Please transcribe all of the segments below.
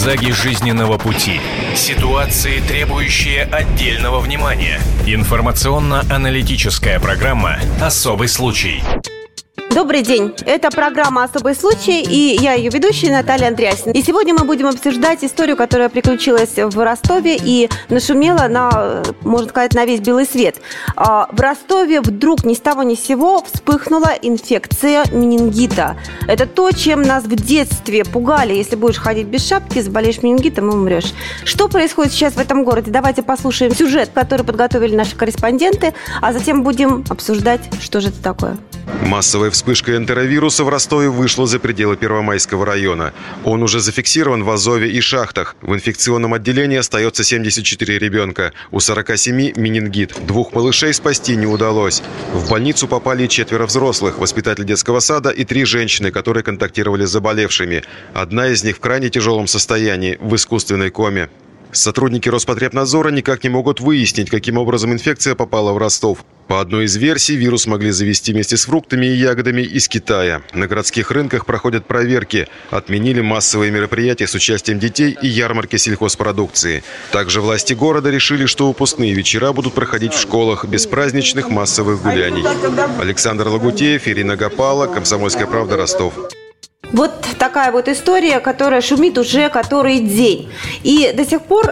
Зигзаги жизненного пути. Ситуации, требующие отдельного внимания. Информационно-аналитическая программа «Особый случай». Добрый день. Это программа «Особый случай», и я ее ведущая Наталья Андреасина. И сегодня мы будем обсуждать историю, которая приключилась в Ростове и нашумела на, можно сказать, на весь белый свет. В Ростове вдруг ни с того ни с сего вспыхнула инфекция менингита. Это то, чем нас в детстве пугали. Если будешь ходить без шапки, заболеешь менингитом и умрешь. Что происходит сейчас в этом городе? Давайте послушаем сюжет, который подготовили наши корреспонденты, а затем будем обсуждать, что же это такое. Массовая вспышка энтеровируса в Ростове вышла за пределы Первомайского района. Он уже зафиксирован в Азове и Шахтах. В инфекционном отделении остается 74 ребенка. У 47 менингит. 2 малышей спасти не удалось. В больницу попали 4 взрослых, воспитатель детского сада и 3 женщины, которые контактировали с заболевшими. Одна из них в крайне тяжелом состоянии, в искусственной коме. Сотрудники Роспотребнадзора никак не могут выяснить, каким образом инфекция попала в Ростов. По одной из версий, вирус могли завезти вместе с фруктами и ягодами из Китая. На городских рынках проходят проверки. Отменили массовые мероприятия с участием детей и ярмарки сельхозпродукции. Также власти города решили, что выпускные вечера будут проходить в школах без праздничных массовых гуляний. Александр Лагутеев, Ирина Гапала, «Комсомольская правда», Ростов. Вот такая вот история, которая шумит уже который день. И до сих пор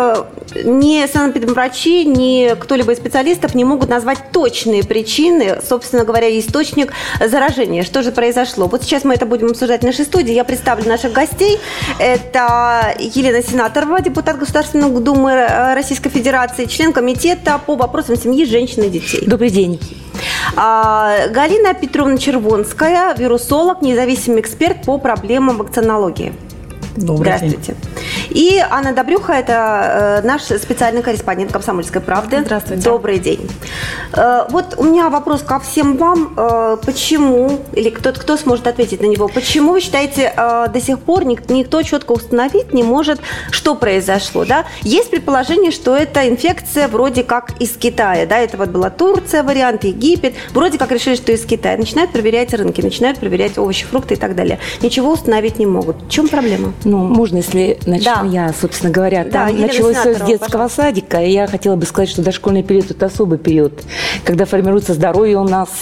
ни санэпидемврачи, ни кто-либо из специалистов не могут назвать точные причины, собственно говоря, источник заражения. Что же произошло? Вот сейчас мы это будем обсуждать в нашей студии. Я представлю наших гостей. Это Елена Сенаторова, депутат Государственной Думы Российской Федерации, член комитета по вопросам семьи, женщин и детей. Добрый день. Галина Петровна Червонская, вирусолог, независимый эксперт по проблемам вакцинологии. Здравствуйте. И Анна Добрюха, это наш специальный корреспондент «Комсомольской правды». Здравствуйте. Добрый день. Вот у меня вопрос ко всем вам. Почему, или кто сможет ответить на него, почему вы считаете, до сих пор никто четко установить не может, что произошло? Да? Есть предположение, что это инфекция вроде как из Китая. Да? Это вот была Турция, вариант, Египет. Вроде как решили, что из Китая. Начинают проверять рынки, начинают проверять овощи, фрукты и так далее. Ничего установить не могут. В чем проблема? Ну, можно, если начну я, собственно говоря. Там началось все с детского садика, и я хотела бы сказать, что дошкольный период – это особый период, когда формируется здоровье у нас,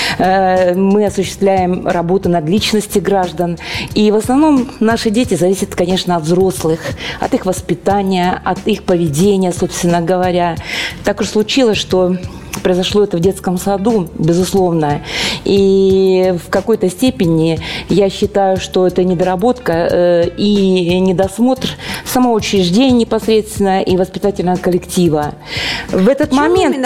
мы осуществляем работу над личностью граждан. И в основном наши дети зависят, конечно, от взрослых, от их воспитания, от их поведения, собственно говоря. Так уж случилось, что произошло это в детском саду, безусловно. И в какой-то степени я считаю, что это недоработка и недосмотр самого учреждения непосредственно и воспитательного коллектива. В этот момент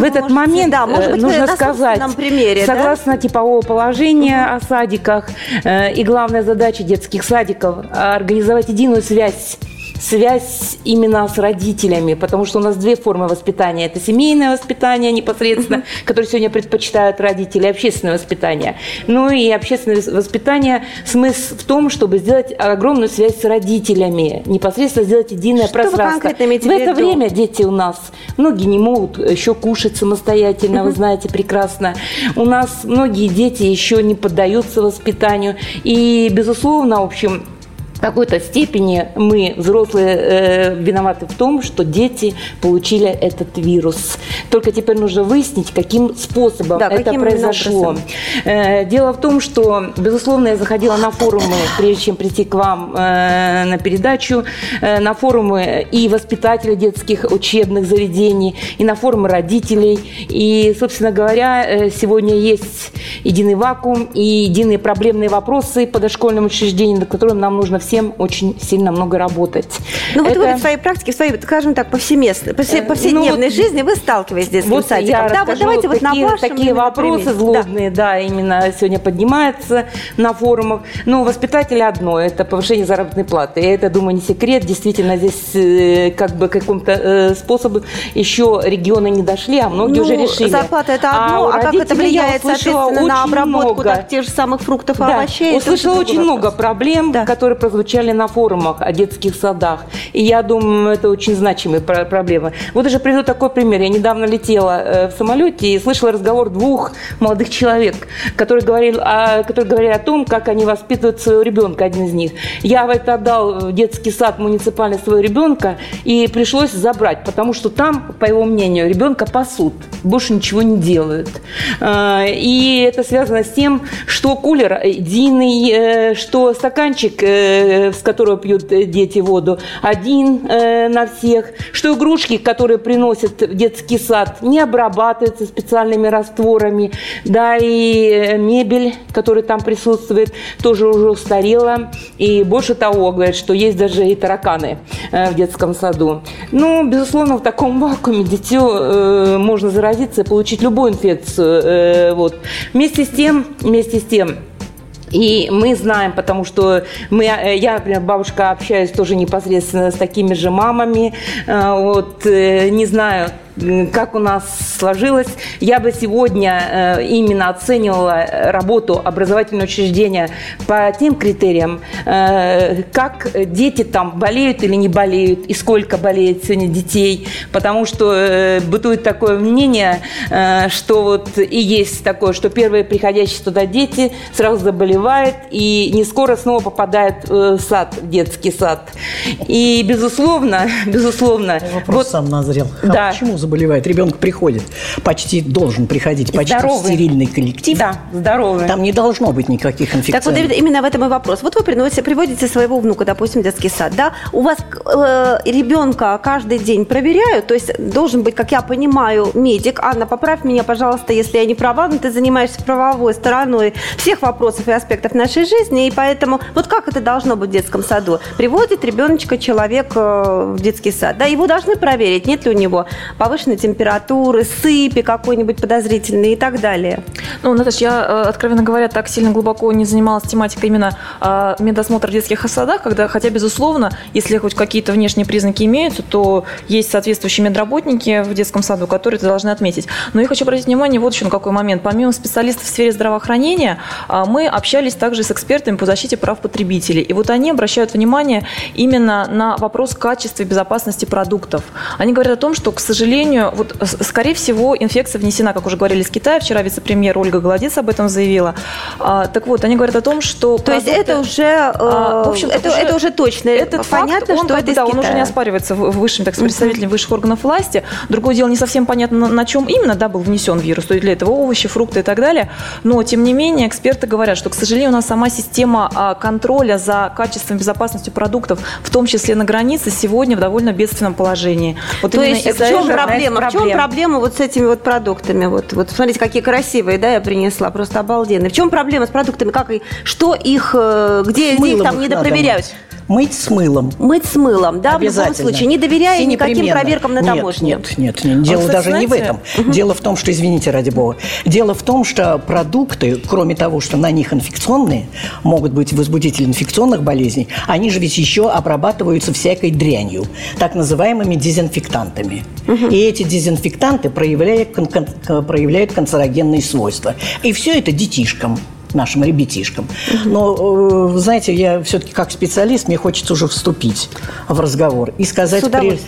нужно сказать, примере, согласно типового положения о садиках, и главная задача детских садиков – организовать единую связь именно с родителями, потому что у нас 2 формы воспитания. Это семейное воспитание непосредственно, которое сегодня предпочитают родители, общественное воспитание. Ну и общественное воспитание, смысл в том, чтобы сделать огромную связь с родителями, непосредственно сделать единое пространство. В это время дети у нас, многие не могут еще кушать самостоятельно, вы знаете прекрасно. У нас многие дети еще не поддаются воспитанию. И, безусловно, в общем, в какой-то степени мы, взрослые, виноваты в том, что дети получили этот вирус. Только теперь нужно выяснить, каким способом это произошло. Дело в том, что, безусловно, я заходила на форумы, прежде чем прийти к вам на передачу, на форумы и воспитателей детских учебных заведений, и на форумы родителей. И, собственно говоря, сегодня есть единый вакуум и единые проблемные вопросы по дошкольным учреждениям, над которыми нам нужно всем очень сильно много работать. Ну вот вы в своей практике, в своей, скажем так, повседневной жизни вы сталкиваетесь с детским садиком. Да, вот давайте вот на вашем такие вопросы злобные, именно сегодня поднимаются на форумах. Но воспитатели одно – это повышение заработной платы. И это, думаю, не секрет. Действительно, здесь как бы каким-то способом еще регионы не дошли, а многие уже решили. Зарплата – это одно, а как это влияет, соответственно, на обработку тех же самых фруктов и овощей? Услышала очень много проблем, которые прозвучали на форумах о детских садах. И я думаю, это очень значимые проблемы. Вот даже приведу такой пример. Я недавно летела в самолете и слышала разговор двух молодых человек, которые говорили о том, как они воспитывают своего ребенка, один из них. Я в это отдал в детский сад муниципальный своего ребенка, и пришлось забрать, потому что там, по его мнению, ребенка пасут, больше ничего не делают. И это связано с тем, что кулер единый, что стаканчик, с которого пьют дети воду, один на всех, что игрушки, которые приносят в детский сад, не обрабатываются специальными растворами, да, и мебель, которая там присутствует, тоже уже устарела. И больше того, говорят, что есть даже и тараканы в детском саду. Ну, безусловно, в таком вакууме дитё можно заразиться и получить любую инфекцию. Вот. Вместе с тем, и мы знаем, потому что я, например, бабушка, общаюсь тоже непосредственно с такими же мамами. Вот, не знаю, как у нас сложилось. Я бы сегодня именно оценивала работу образовательного учреждения по тем критериям, как дети там болеют или не болеют, и сколько болеет сегодня детей. Потому что бытует такое мнение, что вот и есть такое, что первые приходящие туда дети сразу заболевают и не скоро снова попадают в сад, в детский сад. И, безусловно... Вопрос вот, сам назрел. Да. А почему заболевает? Ребенок приходит, должен приходить почти в стерильный коллектив. Да, здоровый. Там не должно быть никаких инфекций. Так вот, именно в этом и вопрос. Вот вы приводите своего внука, допустим, в детский сад, да? У вас ребенка каждый день проверяют, то есть должен быть, как я понимаю, медик. Анна, поправь меня, пожалуйста, если я не права, но ты занимаешься правовой стороной всех вопросов и аспектов нашей жизни, и поэтому вот как это должно быть в детском саду? Приводит ребеночка человек в детский сад, да, его должны проверить, нет ли у него повышенной температуры, сыпи какой-нибудь подозрительной и так далее. Ну, Наташа, я, откровенно говоря, так сильно глубоко не занималась тематикой именно медосмотра в детских садах, хотя, безусловно, если хоть какие-то внешние признаки имеются, то есть соответствующие медработники в детском саду, которые это должны отметить. Но я хочу обратить внимание вот еще на какой момент. Помимо специалистов в сфере здравоохранения, мы общались также с экспертами по защите прав потребителей. И вот они обращают внимание именно на вопрос качества и безопасности продуктов. Они говорят о том, что, к сожалению, вот, скорее всего, инфекция внесена, как уже говорили, из Китая. Вчера вице-премьер Ольга Голодец об этом заявила. Так вот, они говорят о том, что... То есть это уже, в общем, это уже точно. Этот понятно, факт, что это из Китая. Он уже не оспаривается высшими, так сказать, представителями высших органов власти. Другое дело, не совсем понятно, на чем именно был внесен вирус. То есть для этого овощи, фрукты и так далее. Но, тем не менее, эксперты говорят, что, к сожалению, у нас сама система контроля за качеством и безопасностью продуктов, в том числе на границе, сегодня в довольно бедственном положении. Вот то есть в чем проблема? В чем проблема вот с этими вот продуктами? Вот смотрите, какие красивые, да, я принесла, просто обалденные. В чем проблема с продуктами? Что их, где их там недопроверяют? Мыть с мылом. Мыть с мылом, да, в любом случае, не доверяя никаким проверкам на таможне. Нет. Дело даже не в этом. Дело в том, что, извините, ради бога, дело в том, что продукты, кроме того, что на них инфекционные, могут быть возбудители инфекционных болезней, они же ведь еще обрабатываются всякой дрянью, так называемыми дезинфектантами. И эти дезинфектанты проявляют канцерогенные свойства. И все это детишкам. Нашим ребятишкам. Но, знаете, я все-таки как специалист, мне хочется уже вступить в разговор и сказать,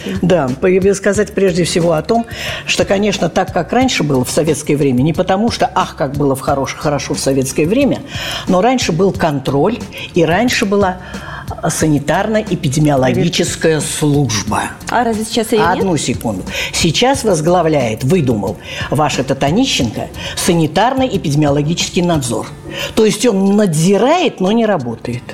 сказать прежде всего о том, что, конечно, так, как раньше было в советское время, не потому что, как было хорошо в советское время, но раньше был контроль, и раньше была санитарно-эпидемиологическая служба. А разве сейчас ее нет? Одну секунду. Сейчас выдумал ваш Онищенко санитарно-эпидемиологический надзор. То есть он надзирает, но не работает.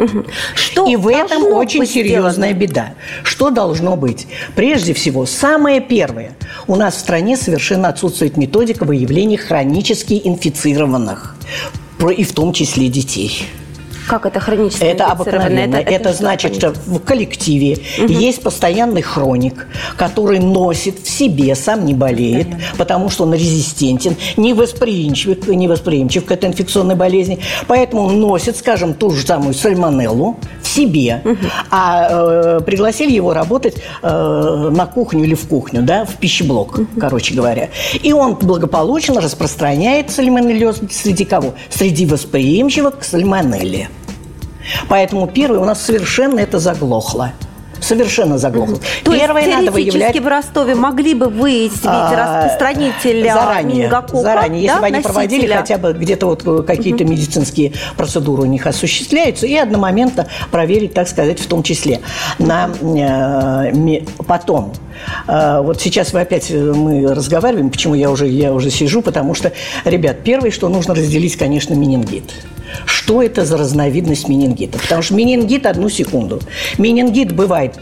И в этом очень серьезная беда. Что должно быть? Прежде всего, самое первое. У нас в стране совершенно отсутствует методика выявления хронически инфицированных, и в том числе детей. Как это хронически обыкновенно. Это значит, что в коллективе есть постоянный хроник, который носит в себе, сам не болеет, потому что он резистентен, невосприимчив к этой инфекционной болезни. Поэтому он носит, скажем, ту же самую сальмонеллу в себе, пригласили его работать на кухню или в кухню, да, в пищеблок, короче говоря. И он благополучно распространяет сальмонеллез среди кого? Среди восприимчивых к сальмонелле. Поэтому первое, у нас совершенно это заглохло. Совершенно заглохнут. То есть теоретически в Ростове могли бы выявить распространителя менингококка? Заранее, если бы они проводили хотя бы где-то вот какие-то медицинские процедуры у них осуществляются, и одномоментно проверить, так сказать, в том числе. Потом. Вот сейчас мы разговариваем, почему я уже сижу, потому что, ребят, первое, что нужно разделить, конечно, менингит. Что это за разновидность менингита? Потому что менингит, одну секунду. Менингит бывает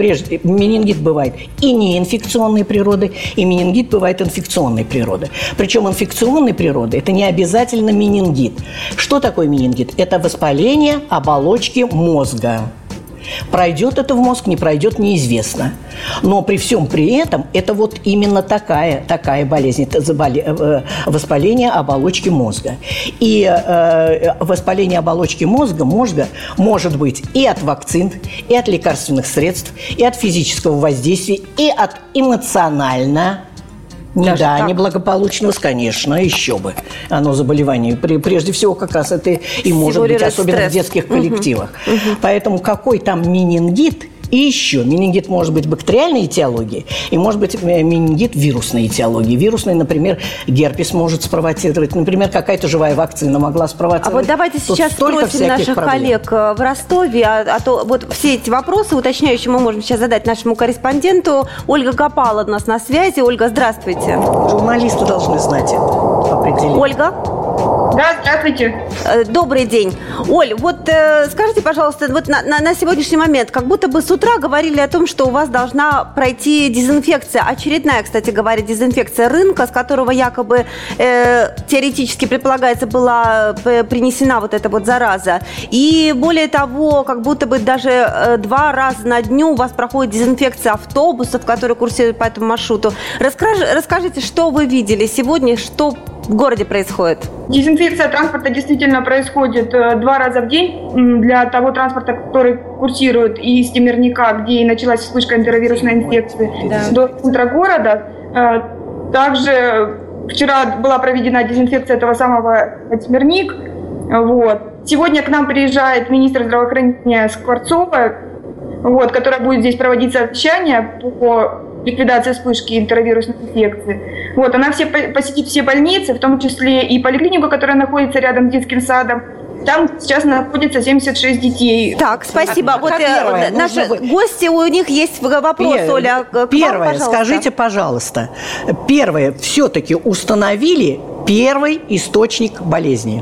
и неинфекционной природы, и менингит бывает инфекционной природы. Причем инфекционной природы – это не обязательно менингит. Что такое менингит? Это воспаление оболочки мозга. Пройдет это в мозг, не пройдет, неизвестно. Но при всем при этом это вот именно такая болезнь. Это воспаление оболочки мозга. И воспаление оболочки мозга может быть и от вакцин, и от лекарственных средств, и от физического воздействия, и от эмоционального. Неблагополучного, конечно, еще бы. Оно заболевание. Прежде всего, как раз это и может быть, особенно в детских коллективах. Поэтому какой там менингит? И еще менингит может быть бактериальной этиологии, и может быть менингит вирусной этиологии. Вирусный, например, герпес может спровоцировать, например, какая-то живая вакцина могла спровоцировать. А вот давайте сейчас спросим наших коллег в Ростове, а то вот все эти вопросы уточняющие мы можем сейчас задать нашему корреспонденту. Ольга Копала у нас на связи. Ольга, здравствуйте. Журналисты должны знать определение. Ольга? Да, здравствуйте. Добрый день. Оль, вот скажите, пожалуйста, вот на сегодняшний момент, как будто бы с утра говорили о том, что у вас должна пройти дезинфекция, очередная, кстати говоря, дезинфекция рынка, с которого якобы теоретически предполагается была принесена вот эта вот зараза. И более того, как будто бы даже 2 раза на дню у вас проходит дезинфекция автобусов, которые курсируют по этому маршруту. Расскажите, что вы видели сегодня, что в городе происходит? Дезинфекция транспорта действительно происходит 2 раза в день для того транспорта, который курсирует из Темирняка, где и началась вспышка энтеровирусной инфекции, до центра города. Также вчера была проведена дезинфекция этого самого Темирник. Вот. Сегодня к нам приезжает министр здравоохранения Скворцова, которая будет здесь проводить совещание по ликвидации вспышки энтеровирусной инфекции. Она посетит все больницы, в том числе и поликлинику, которая находится рядом с детским садом. Там сейчас находится 76 детей. Так, спасибо. Наши гости, у них есть вопрос, Оля. Первое, скажите, пожалуйста. Первое, все-таки установили первый источник болезни.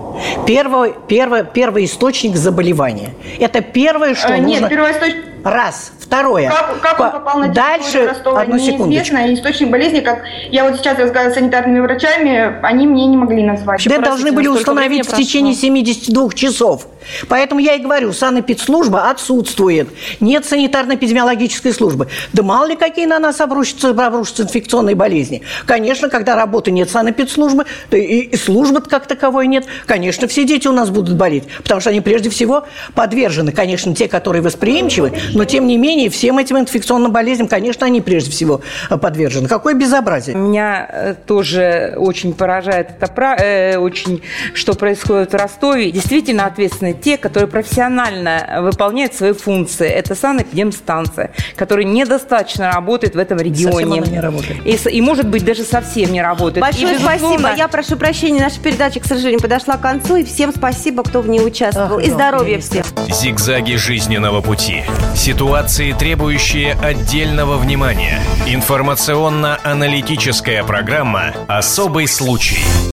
Первый источник заболевания. Это первое, что нужно... Нет, первый источник... Раз. Второе. Как он попал на территорию Ростова, неизвестно. И источник болезни, как я сейчас разговаривала с санитарными врачами, они мне не могли назвать. Да, должны были установить в течение 72 часов. Поэтому я и говорю, санэпидслужба отсутствует. Нет санитарно-эпидемиологической службы. Да мало ли какие на нас обрушатся инфекционные болезни. Конечно, когда работы нет санэпидслужбы, и службы как таковой нет, конечно, все дети у нас будут болеть. Потому что они прежде всего подвержены, конечно, те, которые восприимчивы, но тем не менее всем этим инфекционным болезням, конечно, они прежде всего подвержены. Какое безобразие. Меня тоже очень поражает что происходит в Ростове. Действительно ответственны те, которые профессионально выполняют свои функции. Это санэпидемстанция, которая недостаточно работает в этом регионе. Совсем она не работает. И может быть, даже совсем не работает. Большое спасибо. Я прошу прощения, наша передача, к сожалению, подошла к концу. И всем спасибо, кто в ней участвовал. И здоровья всем. Зигзаги жизненного пути. Ситуации, требующие отдельного внимания. Информационно-аналитическая программа «Особый случай».